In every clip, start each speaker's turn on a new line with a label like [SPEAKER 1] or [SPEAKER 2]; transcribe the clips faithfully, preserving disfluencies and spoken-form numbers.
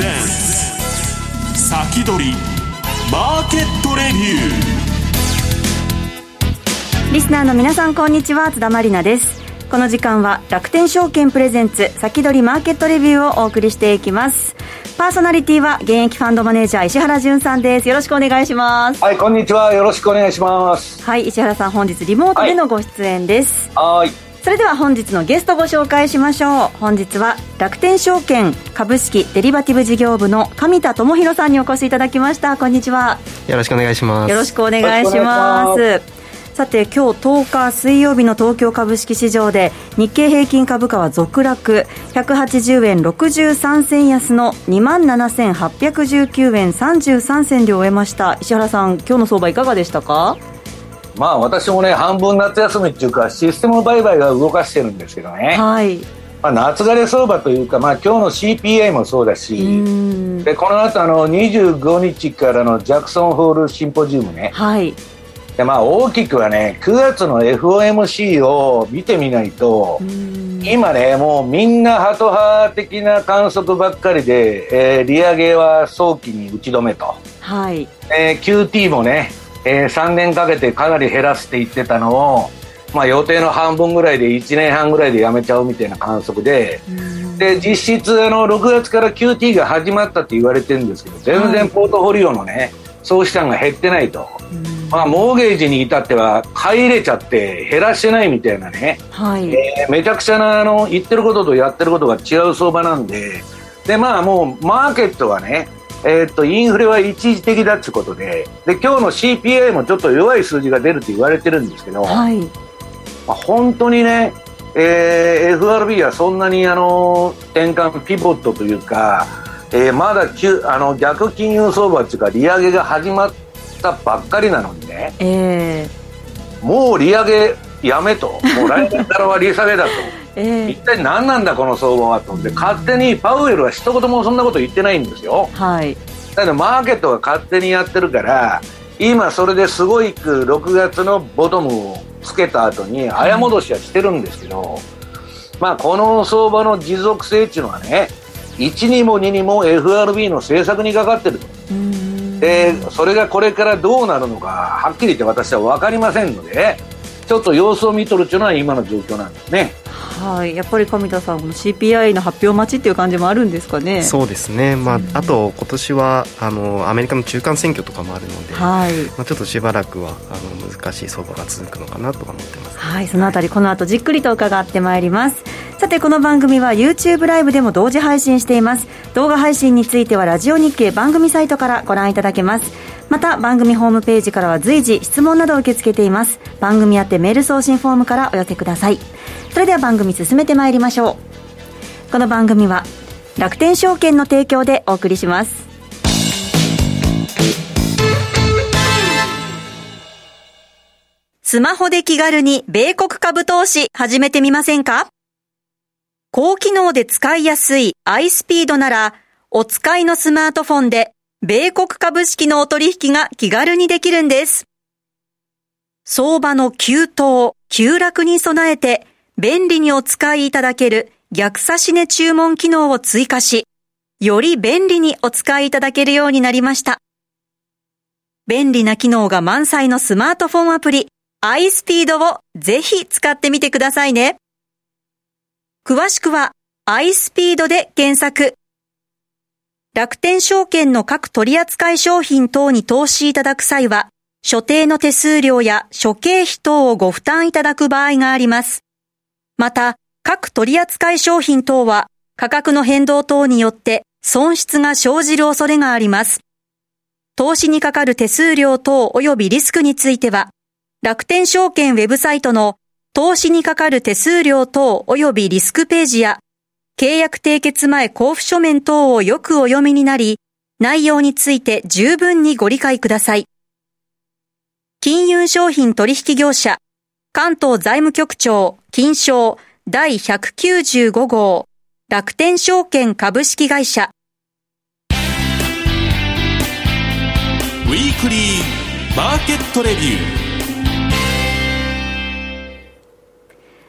[SPEAKER 1] 先取りマーケットレビュー。
[SPEAKER 2] リスナーの皆さんこんにちは、津田まりなです。この時間は楽天証券プレゼンツ先取りマーケットレビューをお送りしていきます。パーソナリティは現役ファンドマネージャー石原潤さんです。よろしくお願いします。
[SPEAKER 3] はい、こんにちは、よろしくお願いします。
[SPEAKER 2] はい、石原さん本日リモートでのご出演です。
[SPEAKER 3] はい、
[SPEAKER 2] それでは本日のゲストご紹介しましょう。本日は楽天証券株式デリバティブ事業部の上田智博さんにお越しいただきました。こんにちは。
[SPEAKER 4] よろしくお願いします。
[SPEAKER 2] よろしくお願いします。さて今日とおか水曜日の東京株式市場で日経平均株価は続落、ひゃくはちじゅうえんろくじゅうさん銭安の にまんななせんはっぴゃくじゅうきゅうえんさんじゅうさん銭で終えました。石原さん、今日の相場いかがでしたか？
[SPEAKER 3] まあ私もね、半分夏休みっていうかシステム売買が動かしてるんですけどね、
[SPEAKER 2] はい、まあ、
[SPEAKER 3] 夏枯れ相場というか、まあ、今日の シーピーアイ もそうだし、でこの後あのにじゅうごにちからのジャクソンホールシンポジウムね、
[SPEAKER 2] はい、
[SPEAKER 3] でまあ、大きくはねくがつの エフオーエムシー を見てみないと、今ねもうみんなハト派的な観測ばっかりで、えー、利上げは早期に打ち止めと、
[SPEAKER 2] はい、
[SPEAKER 3] えー、キューティー もね、えー、さんねんかけてかなり減らすって言ってたのを、まあ、予定の半分ぐらいでいちねんはんぐらいでやめちゃうみたいな観測で、で実質あのろくがつから キューティー が始まったって言われてるんですけど、全然ポートフォリオのね総資産が減ってないと、まあ、モーゲージに至っては買い入れちゃって減らしてないみたいなね、はい、えー、めちゃくちゃなあの言ってることとやってることが違う相場なんで、でまあもうマーケットはね、えー、っとインフレは一時的だってことで、で今日の シーピーアイ もちょっと弱い数字が出るって言われてるんですけど、はい、まあ、本当にね、えー、エフアールビー はそんなにあの転換ピボットというか、えー、まだあの逆金融相場というか利上げが始まったばっかりなのにね、えー、もう利上げやめと、もう来年からは利下げだと、えー、一体何なんだこの相場はと。で勝手にパウエルは一言もそんなこと言ってないんですよ、はい、だけどマーケットが勝手にやってるから、今それですごいろくがつのボトムをつけた後に早戻しはしてるんですけど、はい、まあこの相場の持続性っていうのはね、いちにもににも エフアールビー の政策にかかってると。でそれがこれからどうなるのかはっきり言って私は分かりませんので、ちょっと様子を見とるっていうのは今の状況なんですね。
[SPEAKER 2] はい、やっぱり上田さん、この シーピーアイ の発表待ちっていう感じもあるんですかね。
[SPEAKER 4] そうですね、まあ、あと今年はあのアメリカの中間選挙とかもあるので、はい、まあ、ちょっとしばらくはあの難しい相場が続くのかなとは思ってます、
[SPEAKER 2] はい、そのあたりこの後じっくりと伺ってまいります。さてこの番組は YouTube ライブでも同時配信しています。動画配信についてはラジオ日経番組サイトからご覧いただけます。また番組ホームページからは随時質問などを受け付けています。番組宛てメール送信フォームからお寄せください。それでは番組進めてまいりましょう。この番組は楽天証券の提供でお送りします。スマホで気軽に米国株投資始めてみませんか？高機能で使いやすい iSpeed なら、お使いのスマートフォンで米国株式のお取引が気軽にできるんです。相場の急騰、急落に備えて便利にお使いいただける逆差し値注文機能を追加し、より便利にお使いいただけるようになりました。便利な機能が満載のスマートフォンアプリ iSpeed をぜひ使ってみてくださいね。詳しくは iSpeed で検索。楽天証券の各取扱商品等に投資いただく際は、所定の手数料や諸経費等をご負担いただく場合があります。また、各取扱商品等は価格の変動等によって損失が生じる恐れがあります。投資にかかる手数料等及びリスクについては、楽天証券ウェブサイトの投資にかかる手数料等及びリスクページや、契約締結前交付書面等をよくお読みになり、内容について十分にご理解ください。金融商品取引業者、関東財務局長、金商だいひゃくきゅうじゅうご号、楽天証券株式会社。
[SPEAKER 1] ウィークリーマーケットレビュー。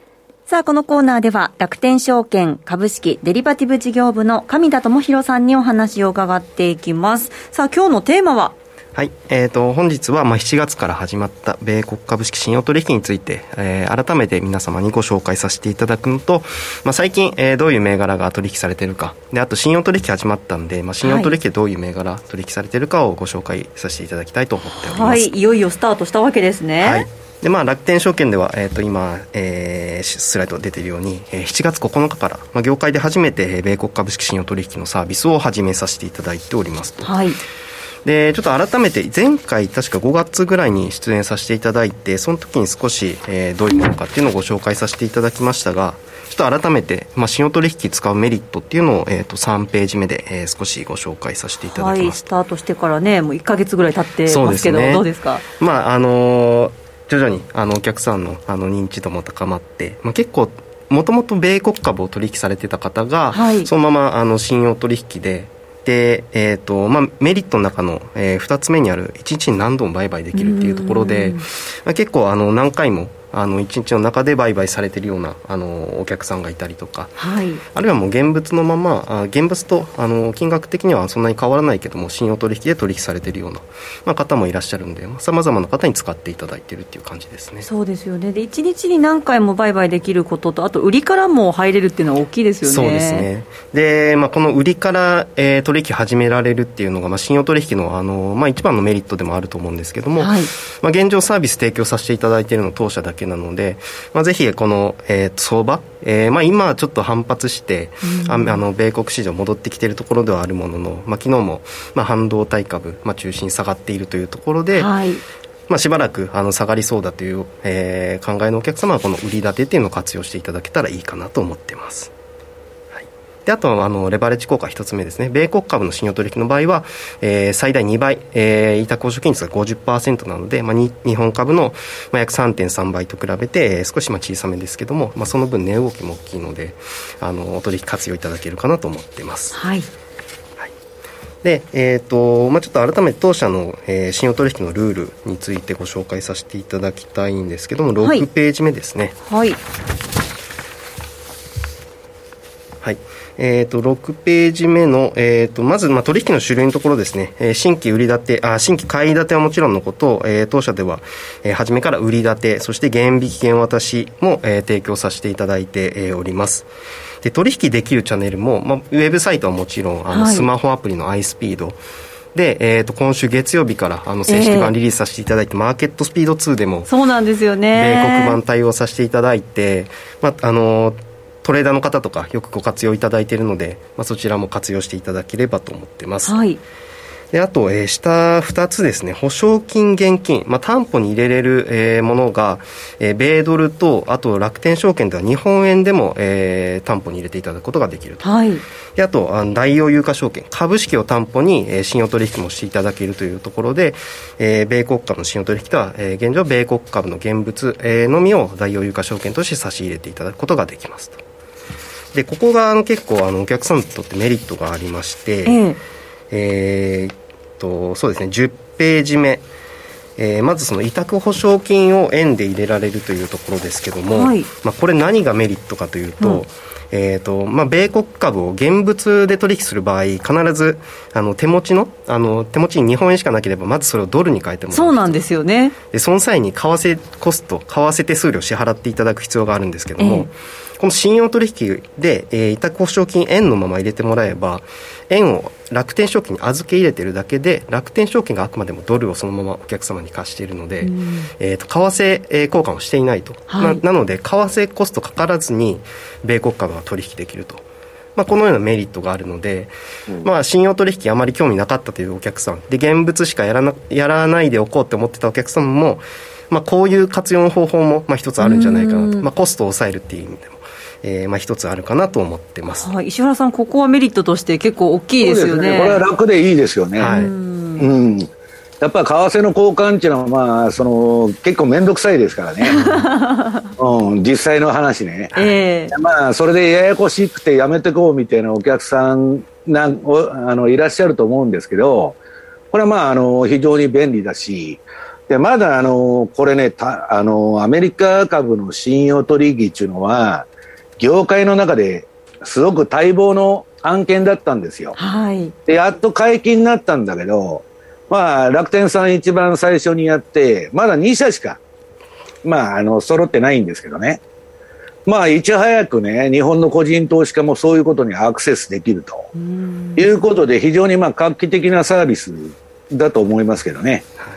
[SPEAKER 2] さあ、このコーナーでは楽天証券株式デリバティブ事業部の上田智博さんにお話を伺っていきます。さあ、今日のテーマは、
[SPEAKER 4] はい、えー、と本日はまあしちがつから始まった米国株式信用取引について、えー、改めて皆様にご紹介させていただくのと、まあ、最近、えー、どういう銘柄が取引されているかで、あと信用取引始まったんで、まあ、信用取引でどういう銘柄取引されているかをご紹介させていただきたいと思っております。
[SPEAKER 2] はい、いよいよスタートしたわけですね。
[SPEAKER 4] はい。でまあ、楽天証券では、えー、と今、えー、スライド出ているように、えー、しちがつここのかから、まあ、業界で初めて米国株式信用取引のサービスを始めさせていただいておりますと。
[SPEAKER 2] はい。
[SPEAKER 4] でちょっと改めて前回確かごがつぐらいに出演させていただいて、その時に少し、えー、どういうものかっていうのをご紹介させていただきましたが、ちょっと改めて、まあ、信用取引使うメリットっていうのを、えー、とさんページ目で、えー、少しご紹介させていただきます。
[SPEAKER 2] はい、スタートしてからねもういっかげつぐらい経ってますけど、ね、どうですか。
[SPEAKER 4] まああのー、徐々にあのお客さんの、あの認知度も高まって、まあ、結構もともと米国株を取引されてた方が、はい、そのままあの信用取引ででえーとまあ、メリットの中の、えー、ふたつめにあるいちにちに何度も売買できるっていうところで、まあ、結構あの何回もあのいちにちの中で売買されているようなあのお客さんがいたりとか、はい、あるいはもう現物のままあ現物とあの金額的にはそんなに変わらないけども信用取引で取引されているような、まあ、方もいらっしゃるのでさまざ、まな方に使っていただいているっていう感じですね。
[SPEAKER 2] そうですよね。でいちにちに何回も売買できることと、あと売りからも入れるっていうのは大きいですよね。
[SPEAKER 4] そうですね。で、まあ、この売りから、えー、取引始められるっていうのが、まあ、信用取引の、あの、まあ、一番のメリットでもあると思うんですけども、はい、まあ、現状サービス提供させていただいているのは当社だけなので、まあ、ぜひこの、えー、相場、えーまあ、今ちょっと反発して、うん、ああの米国市場戻ってきているところではあるものの、まあ、昨日も、まあ、半導体株、まあ、中心下がっているというところで、はい、まあ、しばらくあの下がりそうだという、えー、考えのお客様はこの売り立てっていうのを活用していただけたらいいかなと思っています。であとはあのレバレッジ効果ひとつめですね。米国株の信用取引の場合は、えー、最大にばい、えー、委託保証金率が ごじゅっパーセント なので、まあ、に日本株の、まあ、約 さんてんさんばいと比べて、えー、少しまあ小さめですけども、まあ、その分値動きも大きいのであのお取引活用いただけるかなと思っています。はい。でえーとまあ、ちょっと改めて当社の、えー、信用取引のルールについてご紹介させていただきたいんですけども、ろくページ目ですね。はい、はいえー、とろくページ目の、えー、とまず、まあ、取引の種類のところですね、えー、新規売り立てあ新規買い立てはもちろんのこと、えー、当社では、えー、初めから売り立て、そして減引き減渡しも、えー、提供させていただいて、えー、おります。で取引できるチャンネルも、まあ、ウェブサイトはもちろんあの、はい、スマホアプリの iSpeed で、えー、と今週月曜日からあの正式版リリースさせていただいて、えー、マーケットスピードツーでも
[SPEAKER 2] そうなんですよね、
[SPEAKER 4] 米国版対応させていただいて、まあ、あのトレーダーの方とかよくご活用いただいているので、まあ、そちらも活用していただければと思っています。はい。であと、えー、下ふたつですね、保証金現金、まあ、担保に入れれる、えー、ものが、えー、米ドルとあと楽天証券では日本円でも、えー、担保に入れていただくことができると。はい。であとあの大洋有価証券株式を担保に、えー、信用取引もしていただけるというところで、えー、米国株の信用取引とは、えー、現状米国株の現物、えー、のみを大洋有価証券として差し入れていただくことができますと。でここがあの結構あのお客さんにとってメリットがありまして、えーえー、っとそうですねじゅっページ目、えー、まずその委託保証金を円で入れられるというところですけども、はい、まあ、これ何がメリットかというと、うん、えーとまあ、米国株を現物で取引する場合必ずあの手持ちのあの手持ちに日本円しかなければまずそれをドルに変えてもらう。
[SPEAKER 2] そうなんですよね。
[SPEAKER 4] でその際に為替コスト為替手数料を支払っていただく必要があるんですけども、えーこの信用取引で、えー、委託保証金円のまま入れてもらえば円を楽天証券に預け入れているだけで楽天証券があくまでもドルをそのままお客様に貸しているので、えー、と為替、えー、交換をしていないと、はい、な, なので為替コストかからずに米国株が取引できると、まあ、このようなメリットがあるので、うんまあ、信用取引あまり興味なかったというお客さんで現物しかやら な, やらないでおこうと思ってたお客様も、まあ、こういう活用の方法もまあ一つあるんじゃないかなと、まあ、コストを抑えるっていう意味でもえーまあ、一つあるかなと思ってます、
[SPEAKER 2] はい、石原さんここはメリットとして結構大きいですよ ね,
[SPEAKER 3] ねこれは楽でいいですよね、はい、うんうんやっぱり為替の交換っていうのは、まあ、その結構面倒くさいですからね、うん、実際の話ね、えーまあ、それでややこしくてやめてこうみたいなお客さんなんあのいらっしゃると思うんですけどこれはまああの非常に便利だしでまだあのこれねたあのアメリカ株の信用取引っていうのは業界の中ですごく待望の案件だったんですよ、はい、でやっと解禁になったんだけど、まあ、楽天さん一番最初にやってまだに社しか、まあ、あの揃ってないんですけどね、まあ、いち早くね日本の個人投資家もそういうことにアクセスできるということで非常にまあ画期的なサービスだと思いますけどね。はい、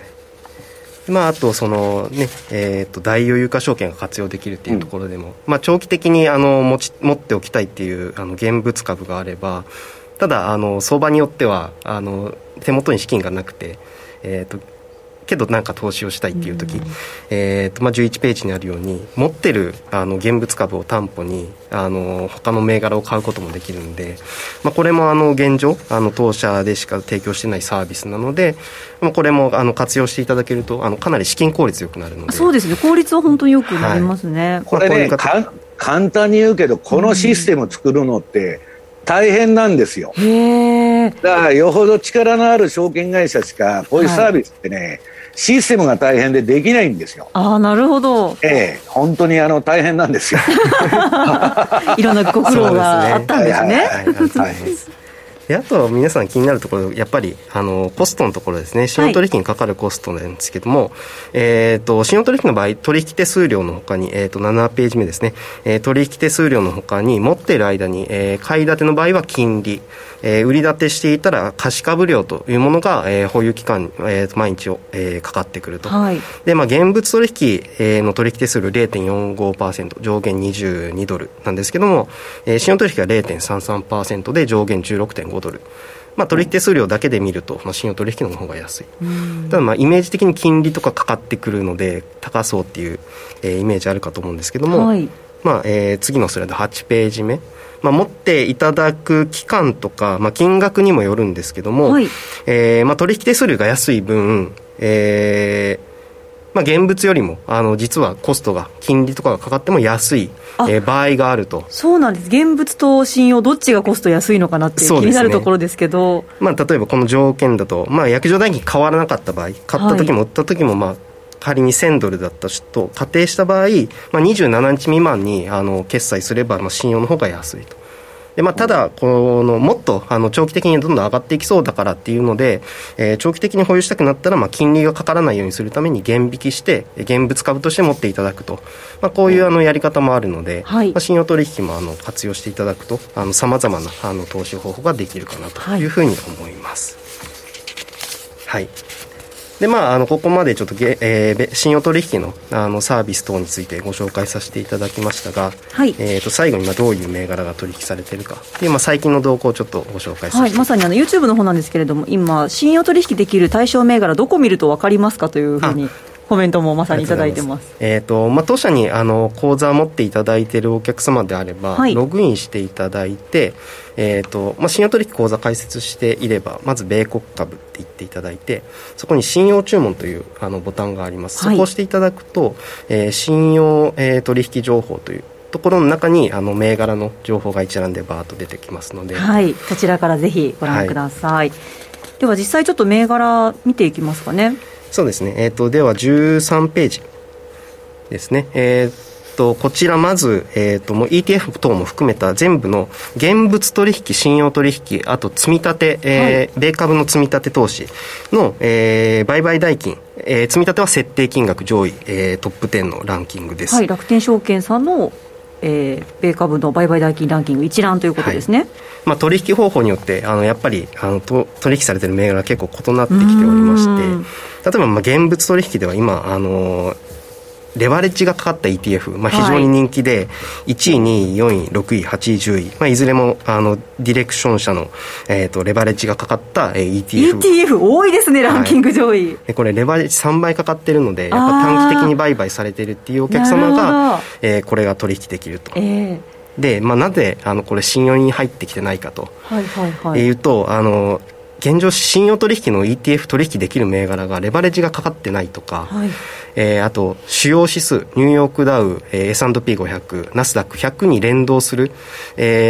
[SPEAKER 4] まあ、あとその、ねえー、と大余裕化証券が活用できるっていうところでも、うんまあ、長期的にあの持ち持っておきたいっていうあの現物株があれば、ただあの相場によってはあの手元に資金がなくて、えー、とけどなんか投資をしたいっていう時、うんえーとまあ、じゅういちページにあるように持ってるあの現物株を担保にあの他の銘柄を買うこともできるんで、まあ、これもあの現状あの当社でしか提供してないサービスなので、まあ、これもあの活用していただけるとあのかなり資金効率よくなるので。
[SPEAKER 2] そうですね、効率は本当によくなりますね、はい、
[SPEAKER 3] これねか簡単に言うけどこのシステムを作るのって大変なんですよ、うん、へだからよほど力のある証券会社しかこういうサービスってね、はいシステムが大変でできないんですよ。
[SPEAKER 2] ああ、なるほど。
[SPEAKER 3] ええ、本当にあの大変なんですよ。
[SPEAKER 2] いろんなご苦労があったんですね。
[SPEAKER 4] であと皆さん気になるところやっぱりあのコストのところですね。信用取引にかかるコストなんですけども、はいえー、と信用取引の場合取引手数料の他に、えー、とななページ目ですね、えー、取引手数料の他に持っている間に、えー、買い立ての場合は金利、えー、売り立てしていたら貸株料というものが、えー、保有期間、えー、毎日を、えー、かかってくると、はいでまあ、現物取引、えー、の取引手数料 れいてんよんごパーセント 上限にじゅうにドルなんですけども、えー、信用取引は れいてんさんさんパーセント で上限じゅうろくてんごドル、まあ、取引手数料だけで見ると、まあ、信用取引の方が安い。ただまあイメージ的に金利とかかかってくるので高そうっていう、えー、イメージあるかと思うんですけども、はいまあえー、次のスライドはちページ目、まあ、持っていただく期間とか、まあ、金額にもよるんですけども、はいえーまあ、取引手数料が安い分、えーまあ、現物よりもあの実はコストが金利とかがかかっても安い、えー、場合があると。
[SPEAKER 2] そうなんです。現物と信用どっちがコスト安いのかなって気になるところですけど、
[SPEAKER 4] まあ、例えばこの条件だと、まあ、約定代金変わらなかった場合買った時も売った時も、まあ仮にせんドルだったと仮定した場合、まあ、にじゅうしちにち未満にあの決済すれば、まあ、信用の方が安いと。でまあ、ただこのもっとあの長期的にどんどん上がっていきそうだからっていうので、えー、長期的に保有したくなったら、まあ、金利がかからないようにするために減引きして現物株として持っていただくと、まあ、こういうあのやり方もあるので、はいまあ、信用取引もあの活用していただくとさまざまなあの投資方法ができるかなというふうに思います。はい、はいでまあ、あのここまでちょっと、えー、信用取引 の, あのサービス等についてご紹介させていただきましたが、はいえー、と最後にまあどういう銘柄が取引されているかという、まあ、最近の動向をちょっとご紹介させていただきます、はい、
[SPEAKER 2] まさにあの YouTube の方なんですけれども今信用取引できる対象銘柄どこ見ると分かりますかというふうにコメントもまさにいただいてます。
[SPEAKER 4] えーとまあ、当社にあの口座を持っていただいているお客様であれば、はい、ログインしていただいて、えーとまあ、信用取引口座開設していればまず米国株って言っていただいてそこに信用注文というあのボタンがあります、はい、そこを押していただくと、えー、信用、えー、取引情報というところの中にあの銘柄の情報が一覧でバーッと出てきますので、
[SPEAKER 2] はい、こちらからぜひご覧ください、はい、では実際ちょっと銘柄見ていきますかね。
[SPEAKER 4] そうですね、えー、とではじゅうさんページですね、えー、とこちらまず、えー、ともう イーティーエフ 等も含めた全部の現物取引信用取引あと積み立て、えーはい、米株の積み立て投資の、えー、売買代金、えー、積み立ては設定金額上位、えー、トップじゅうのランキングです、
[SPEAKER 2] はい、楽天証券さんのえー、米株の売買代金ランキング一覧ということですね、はい
[SPEAKER 4] まあ、取引方法によってあのやっぱりあのと取引されている銘柄は結構異なってきておりまして例えばまあ現物取引では今あのレバレッジがかかった イーティーエフ、まあ、非常に人気で、はい、いちい、にい、よんい、ろくい、はちい、じゅうい、まあ、いずれもあのディレクション社の、えー、とレバレッジがかかった、えー、イーティーエフ
[SPEAKER 2] イーティーエフ 多いですねランキング上位、はい、
[SPEAKER 4] でこれレバレッジさんばいかかってるのでやっぱ短期的に売買されているっていうお客様が、えー、これが取引できると、えー、で、まあ、なぜあのこれ信用に入ってきてないかと、はいはいはい、いうとあの現状信用取引の イーティーエフ 取引できる銘柄がレバレッジがかかってないとか、はいえー、あと主要指数ニューヨークダウ、えー、エスアンドピーごひゃく ナスダックひゃくに連動する、えー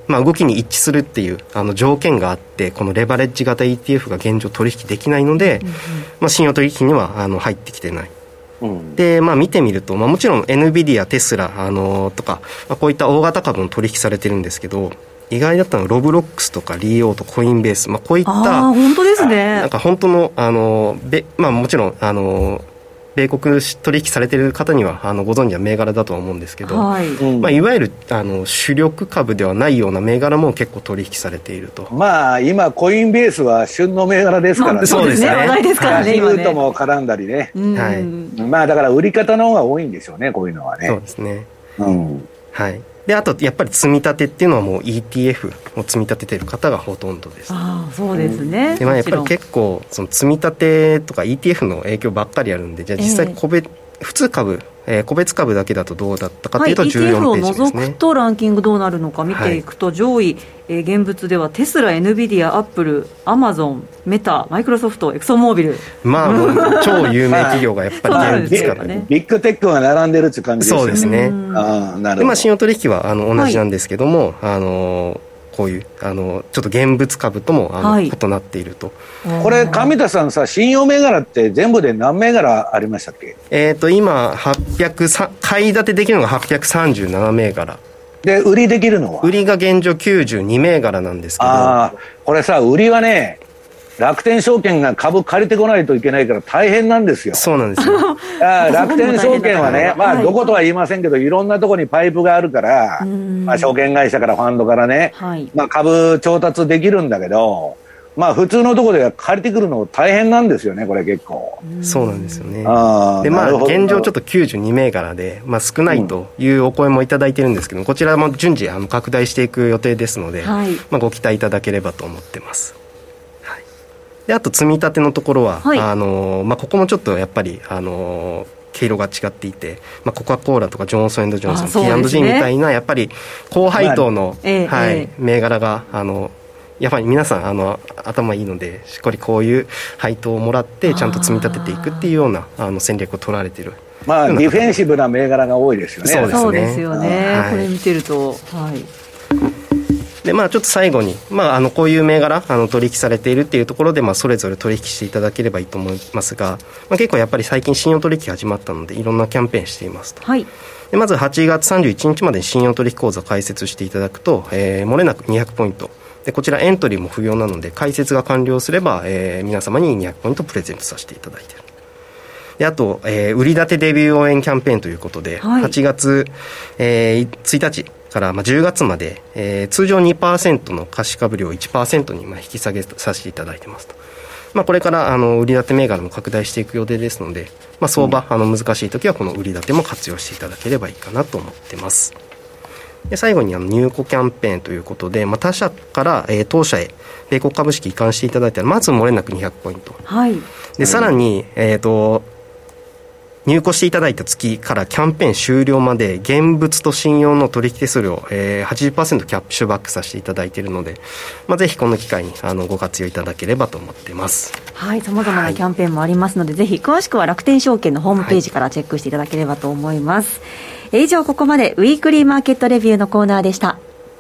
[SPEAKER 4] まあ、動きに一致するっていうあの条件があって、このレバレッジ型 イーティーエフ が現状取引できないので、うんうん、まあ、信用取引にはあの入ってきてない、うん、で、まあ、見てみると、まあ、もちろん エヌビディア、テスラ、あのー、とか、まあ、こういった大型株も取引されてるんですけど、意外だったのはロブロックスとかリーオーとコインベース、まあ、こういった
[SPEAKER 2] あ本当ですね、
[SPEAKER 4] なんか本当の、あのーまあ、もちろんあのー米国取引されている方にはあのご存知は銘柄だとは思うんですけど、はいまあ、いわゆるあの主力株ではないような銘柄も結構取引されていると。
[SPEAKER 3] まあ今コインベースは旬の銘柄ですからね。
[SPEAKER 2] そうですね、話題ですからね。
[SPEAKER 3] ヒルートも絡んだりね、はい、まあだから売り方の方が多いんでしょうね、こういうのはね。
[SPEAKER 4] そうですね、うんはい、であとやっぱり積み立てっていうのはもう イーティーエフ を積み立てている方がほとんどです。
[SPEAKER 2] あそうですね、
[SPEAKER 4] でまあ、やっぱり結構その積み立てとか イーティーエフ の影響ばっかりあるんで、じゃあ実際個別、えー、普通株、えー、個別株だけだとどうだったかというとじゅうよんページですね、はい、イーティーエフ を除くとランキングどうなるのか見ていくと、はい、上位、えー、現物ではテスラ、エヌビディア、アップル、アマゾン、メタ、マイクロソフト、エクソンモービル、 まあもう超有名企業がやっぱり現物からね
[SPEAKER 3] ビッグテックが並んでるっていう感じですよね。
[SPEAKER 4] そうですね。
[SPEAKER 3] あなるほど。
[SPEAKER 4] で、まあ、信用取引はあの同じなんですけども、はい、あのこういうあのちょっと現物株ともあの、はい、異なっていると。
[SPEAKER 3] これ上田さんさ、信用銘柄って全部で何銘柄ありましたっけ？
[SPEAKER 4] えーと今はっぴゃく買い立てできるのがはっぴゃくさんじゅうなな銘柄
[SPEAKER 3] で、売りできるのは
[SPEAKER 4] 売りが現状きゅうじゅうに銘柄なんですけど、
[SPEAKER 3] あこれさ、売りはね楽天証券が株借りてこないといけないから大変なんですよ。
[SPEAKER 4] そうなんですよ
[SPEAKER 3] あ楽天証券はね、まあどことは言いませんけど、いろんなところにパイプがあるから、まあ、証券会社からファンドからね、はい、まあ、株調達できるんだけど、まあ普通のところで借りてくるの大変なんですよね、これ結構。
[SPEAKER 4] そうなんですよね。あで、まあ現状ちょっときゅうじゅうに銘柄で、まあ、少ないというお声もいただいてるんですけど、こちらも順次あの拡大していく予定ですので、はい、まあ、ご期待いただければと思ってます。であと積み立てのところは、はい、あのまあ、ここもちょっとやっぱり、あの毛色が違っていて、まあ、コカ・コーラとかジョンソン&ジョンソン、ティーアンドジー みたいなやっぱり高配当の、まあえーはいえー、銘柄があのやっぱり皆さんあの頭いいので、しっかりこういう配当をもらってちゃんと積み立てていくっていうようなあの戦略を取られている。
[SPEAKER 3] まあディフェンシブな銘柄が多いですよね。
[SPEAKER 2] そうですね、そうですよね、はい、これ見てると、はい
[SPEAKER 4] でまあ、ちょっと最後に、まあ、あのこういう銘柄あの取引されているっていうところで、まあ、それぞれ取引していただければいいと思いますが、まあ、結構やっぱり最近信用取引始まったのでいろんなキャンペーンしていますと、はい、でまずはちがつさんじゅういちにちまでに信用取引口座開設していただくと、えー、漏れなくにひゃくポイントで、こちらエントリーも不要なので開設が完了すれば、えー、皆様ににひゃくポイントプレゼントさせていただいている。であと、えー、売り立てデビュー応援キャンペーンということで、はい、はちがつ、えー、ついたちからまあじゅうがつまで、えー、通常 にパーセント の貸し株料を いちパーセント にまあ引き下げさせていただいてますと、まあ、これからあの売り立て銘柄も拡大していく予定ですので、まあ、相場、うん、あの難しい時はこの売り立ても活用していただければいいかなと思ってます。で最後にあの入庫キャンペーンということで、まあ、他社から、えー、当社へ米国株式移管していただいたらまず漏れなくにひゃくポイント、はい、でさらに、えーと入庫していただいた月からキャンペーン終了まで現物と信用の取引手数料、えー、はちじゅっパーセント キャッシュバックさせていただいているので、まあ、ぜひこの機会にあのご活用いただければと思っています。
[SPEAKER 2] はい、様々なキャンペーンもありますので、はい、ぜひ詳しくは楽天証券のホームページからチェックしていただければと思います、はい、以上ここまでウィークリーマーケットレビューのコーナーでした。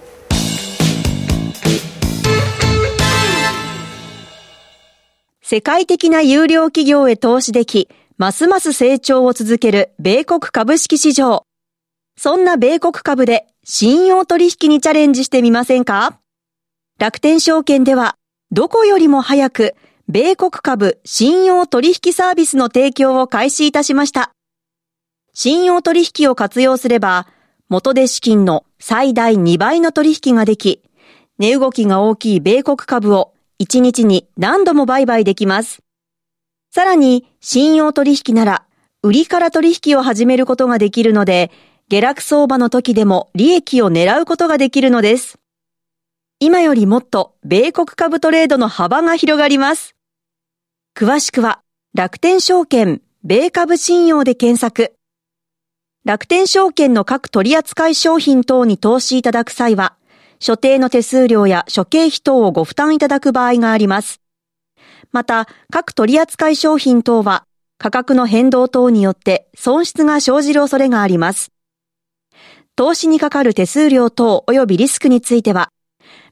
[SPEAKER 2] 世界的な優良企業へ投資できますます成長を続ける米国株式市場。そんな米国株で信用取引にチャレンジしてみませんか？楽天証券ではどこよりも早く米国株信用取引サービスの提供を開始いたしました。信用取引を活用すれば元手資金の最大にばいの取引ができ、値動きが大きい米国株をいちにちに何度も売買できます。さらに、信用取引なら、売りから取引を始めることができるので、下落相場の時でも利益を狙うことができるのです。今よりもっと、米国株トレードの幅が広がります。詳しくは、楽天証券、米株信用で検索。楽天証券の各取扱い商品等に投資いただく際は、所定の手数料や諸経費等をご負担いただく場合があります。また、各取扱い商品等は価格の変動等によって損失が生じる恐れがあります。投資にかかる手数料等及びリスクについては、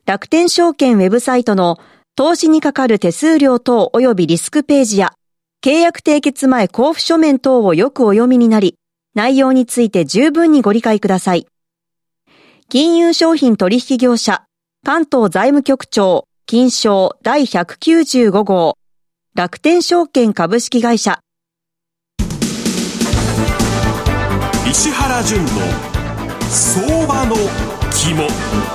[SPEAKER 2] 楽天証券ウェブサイトの投資にかかる手数料等及びリスクページや契約締結前交付書面等をよくお読みになり、内容について十分にご理解ください。金融商品取引業者関東財務局長金商第ひゃくきゅうじゅうご号楽天証券株式会社。
[SPEAKER 1] 石原淳の相場の肝。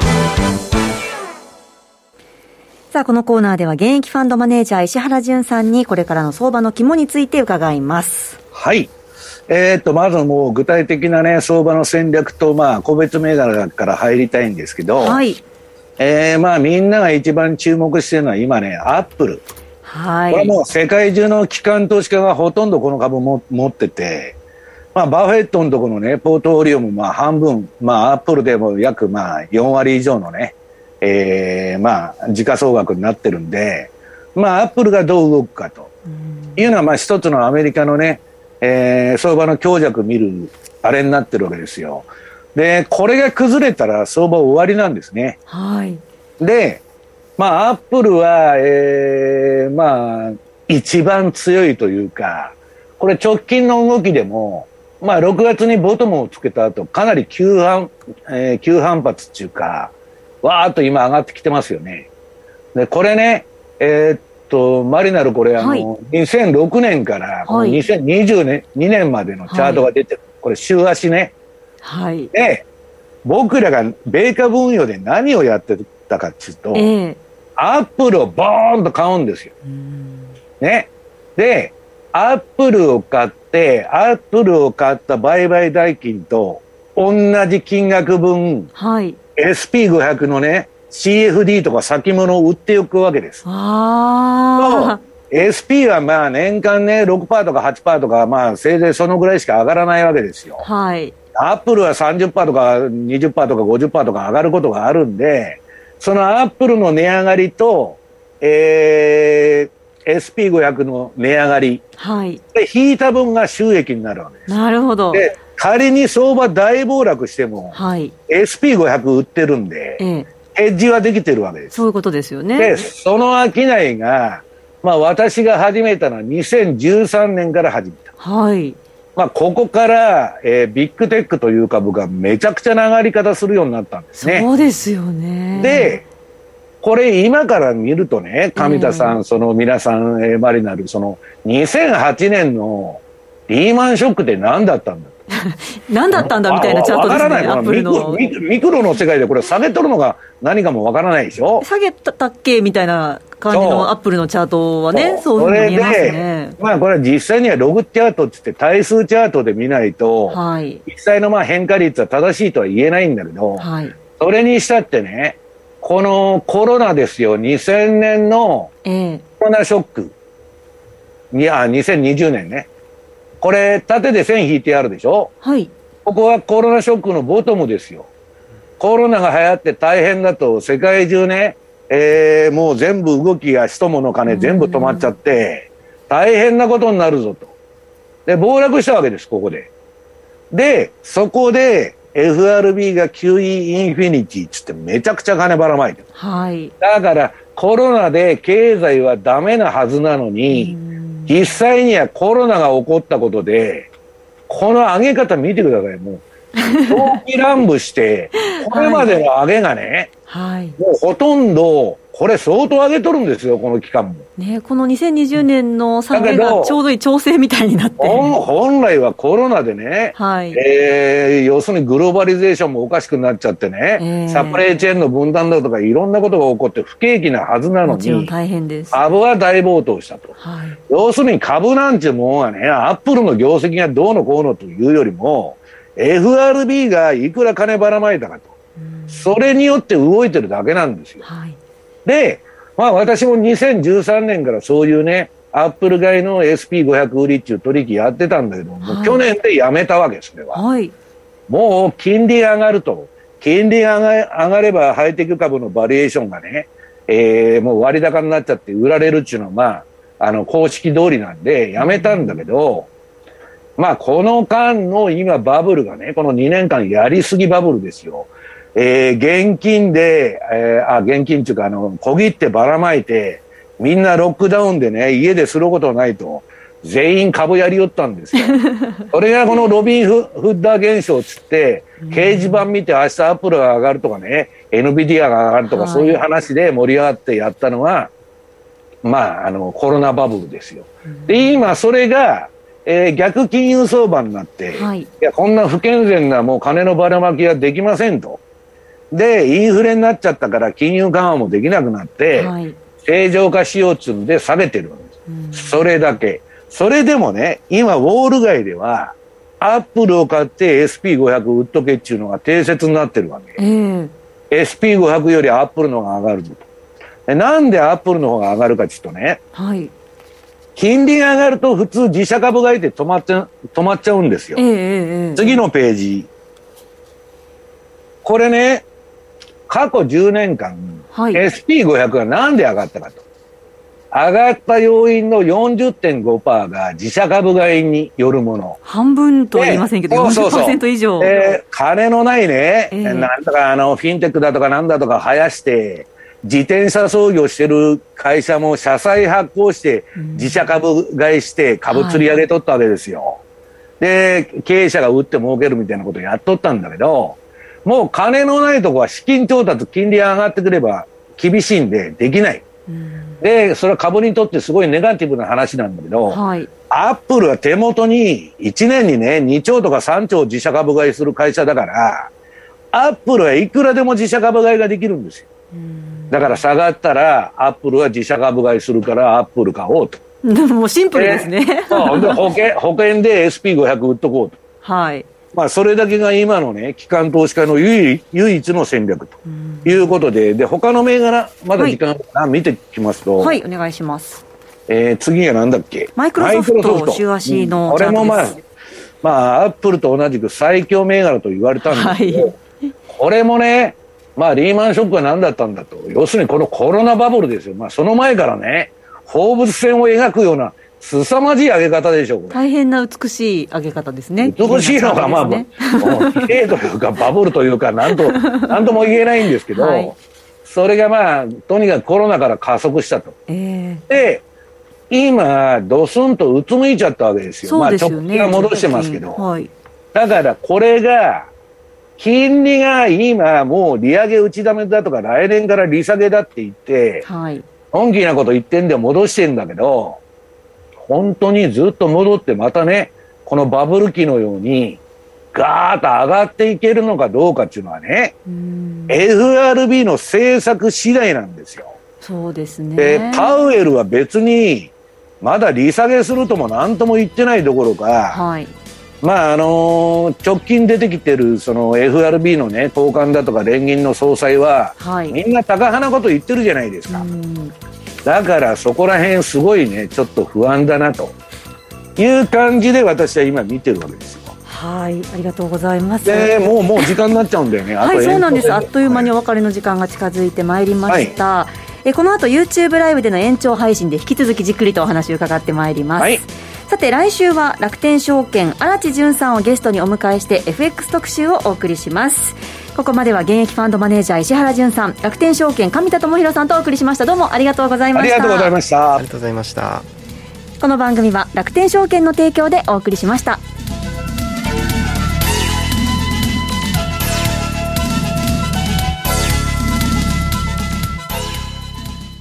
[SPEAKER 2] さあ、このコーナーでは現役ファンドマネージャー石原淳さんにこれからの相場の肝について伺います。
[SPEAKER 3] はい。えー、っとまずもう具体的なね相場の戦略とまあ個別銘柄から入りたいんですけど、はい。えー、まあみんなが一番注目しているのは今ねアップル。はい。これはもう世界中の機関投資家がほとんどこの株も持ってて、まあバフェットのところのねポートフォリオもまあ半分、まあアップルでも約まあよん割以上のね。えー、まあ時価総額になってるんで、まあアップルがどう動くかというのはまあ一つのアメリカのね、えー、相場の強弱見るあれになってるわけですよ。でこれが崩れたら相場終わりなんですね。はい。でまあアップルは、えー、まあ一番強いというか、これ直近の動きでもまあろくがつにボトムをつけた後かなり急反、えー、急反発っていうかわーっと今上がってきてますよね。で、これね、えー、っと、マリナルこれあの、はい、にせんろくねんからこのにせんにじゅうにねんまでのチャートが出てる。はい、これ週足ね。はい。で、僕らが米株運用で何をやってたかっていうと、えー、アップルをボーンと買うんですよ。ね。で、アップルを買って、アップルを買った売買代金と同じ金額分、はい。エスピーごひゃく のね シーエフディー とか先物を売っておくわけです。ああ。エスピー はまあ年間ね ろくパーセント とか はちパーセント とかまあせいぜいそのぐらいしか上がらないわけですよ。はい。アップルは さんじゅっパーセント とか にじゅっパーセント とか ごじゅっパーセント とか上がることがあるんで、そのアップルの値上がりと、えー、エスピーごひゃく の値上がり。はい。で引いた分が収益になるわけです。なるほど。で仮に相場大暴落しても、はい、エスピーごひゃく 売ってるんで、ええ、ヘッジはできてるわけです。
[SPEAKER 2] そういうことですよね。
[SPEAKER 3] で、その商いが、まあ私が始めたのはにせんじゅうさんねんから始めた。はい。まあここから、えー、ビッグテックという株がめちゃくちゃな上がり方するようになったんですね。
[SPEAKER 2] そうですよね。
[SPEAKER 3] で、これ今から見るとね、上田さん、えー、その皆さん、えー、マリナル、そのにせんはちねんのリーマンショックって何だったんだ
[SPEAKER 2] 何だったんだみたいなチャートですね。アップルの
[SPEAKER 3] ミク、ミクロの世界でこれ下げとるのが何かもわからないでしょ。
[SPEAKER 2] 下げたっけみたいな感じのアップルのチャートはね、そういうふうに見えますね。
[SPEAKER 3] まあこれは実際にはログチャートって言って対数チャートで見ないと、はい、実際のまあ変化率は正しいとは言えないんだけど、はい、それにしたってね、このコロナですよ、にせんねんのコロナショック、えー、いやにせんにじゅうねんね。これ縦で線引いてあるでしょ。はい。ここはコロナショックのボトムですよ。コロナが流行って大変だと世界中ね、えー、もう全部動きが人物金全部止まっちゃって大変なことになるぞと。で暴落したわけです、ここで。でそこで エフアールビー が キューイー インフィニティっつってめちゃくちゃ金ばらまいてる。はい。だからコロナで経済はダメなはずなのに、実際にはコロナが起こったことで、この上げ方見てください。もう、長期乱舞して、これまでの上げがね、はい、もうほとんど、これ相当上げとるんですよ、この期間も。
[SPEAKER 2] ね、このにせんにじゅうねんの下げがちょうどいい調整みたいになって。
[SPEAKER 3] 本来はコロナでね、はい、えー、要するにグローバリゼーションもおかしくなっちゃってね、えー、サプライチェーンの分断だとかいろんなことが起こって不景気なはずなのに、もちろん大変です。株は大暴騰したと。はい、要するに株なんていうものはね、アップルの業績がどうのこうのというよりも、エフアールビー がいくら金ばらまいたかと。それによって動いてるだけなんですよ。はい、で、まあ私もにせんじゅうさんねんからそういうね、アップル買いの エスピーごひゃく 売りっていう取引やってたんだけど、はい、もう去年でやめたわけです、それは。はい、もう金利上がると。金利が上がればハイテク株のバリエーションがね、えー、もう割高になっちゃって売られるっていうのはまあ、あの公式通りなんでやめたんだけど、まあこの間の今バブルがね、このにねんかんやりすぎバブルですよ。 えー、現金で、えー、あ、現金っていうか、あの、小切ってばらまいて、みんなロックダウンでね、家ですることないと、全員株やりよったんですよ。それがこのロビンフッダー現象つって、掲示板見て明日アップルが上がるとかね、エヌビディアが上がるとか、そういう話で盛り上がってやったのが、まあ、あの、コロナバブルですよ。で、今それが、えー、逆金融相場になって、はい、いや、こんな不健全なもう金のばらまきはできませんと。で、インフレになっちゃったから金融緩和もできなくなって、はい、正常化しようっつうんで下げてるんです。それだけ。それでもね、今、ウォール街では、アップルを買って エスピーごひゃく 売っとけっていうのが定説になってるわけ。えー、エスピーごひゃく よりアップルの方が上がると。で、なんでアップルの方が上がるかっていうとね、はい、金利が上がると普通自社株買いって止まっちゃ、止まっちゃうんですよ。えーえー、次のページ。これね、過去じゅうねんかん、はい、エスピーごひゃく がなんで上がったかと。上がった要因の よんじゅってんごパーセント が自社株買いによるもの。
[SPEAKER 2] 半分とは言いませんけど、よんじゅっパーセント以上。
[SPEAKER 3] えー、金のないね、えー、なんとかあの、フィンテックだとかなんだとか生やして、自転車操業してる会社も社債発行して、自社株買いして株釣り上げとったわけですよ。はい、で、経営者が売って儲けるみたいなことやっとったんだけど、もう金のないとこは資金調達、金利が上がってくれば厳しいんでできない。で、それは株にとってすごいネガティブな話なんだけど、はい、アップルは手元にいちねんにね、にちょうとかさんちょう自社株買いする会社だから、アップルはいくらでも自社株買いができるんですよ。だから下がったら、アップルは自社株買いするから、アップル買おうと。
[SPEAKER 2] もうシンプルですね。
[SPEAKER 3] で保険、保険で エスピーごひゃく 売っとこうと。はい。まあ、それだけが今のね、機関投資家の唯唯一の戦略ということで、で、他の銘柄、まだ時間、はい、見てきますと。
[SPEAKER 2] はい、お願いします。
[SPEAKER 3] えー、次は何だっけ？
[SPEAKER 2] マイクロソフト、週足のチャートです。これもまあ、
[SPEAKER 3] まあ、アップルと同じく最強銘柄と言われたんですけど、はい、これもね、まあ、リーマンショックは何だったんだと。要するにこのコロナバブルですよ。まあ、その前からね、放物線を描くような、凄まじい上げ方でしょう。
[SPEAKER 2] 大変な美しい上げ方ですね。
[SPEAKER 3] 美しいのが、まあ、綺麗というか、バブルというか、なんと、なんとも言えないんですけど、はい、それがまあ、とにかくコロナから加速したと。えー、で、今、ドスンとうつむいちゃったわけですよ。
[SPEAKER 2] そうですよね。
[SPEAKER 3] まあ、直近は戻してますけど。はい、だから、これが、金利が今、もう利上げ打ちだめだとか、来年から利下げだって言って、はい、本気なこと言ってんで戻してんだけど、本当にずっと戻ってまたね、このバブル期のようにガーッと上がっていけるのかどうかっていうのはね、エフアールビー の政策次第なんですよ。
[SPEAKER 2] そうですね。
[SPEAKER 3] で、パウエルは別にまだ利下げするとも何とも言ってないどころか、はい、まああのー、直近出てきてるその エフアールビー のね、高官だとか連銀の総裁は、はい、みんな高派なこと言ってるじゃないですか。だからそこら辺すごいね、ちょっと不安だなという感じで私は今見てるわけですよ。
[SPEAKER 2] はい、ありがとうございます。
[SPEAKER 3] で、もうもう時間になっちゃうんだよね。
[SPEAKER 2] はい、そうなんです。あっという間にお別れの時間が近づいてまいりました。はい、えこの後 YouTube ライブでの延長配信で引き続きじっくりとお話を伺ってまいります。はい、さて来週は楽天証券荒地潤さんをゲストにお迎えして エフエックス 特集をお送りします。ここまでは現役ファンドマネージャー石原潤さん、楽天証券上田智博さんとお送りしました。どうもありがとうございました。
[SPEAKER 3] ありがとうございました。
[SPEAKER 4] ありがとうございました。
[SPEAKER 2] この番組は楽天証券の提供でお送りしました。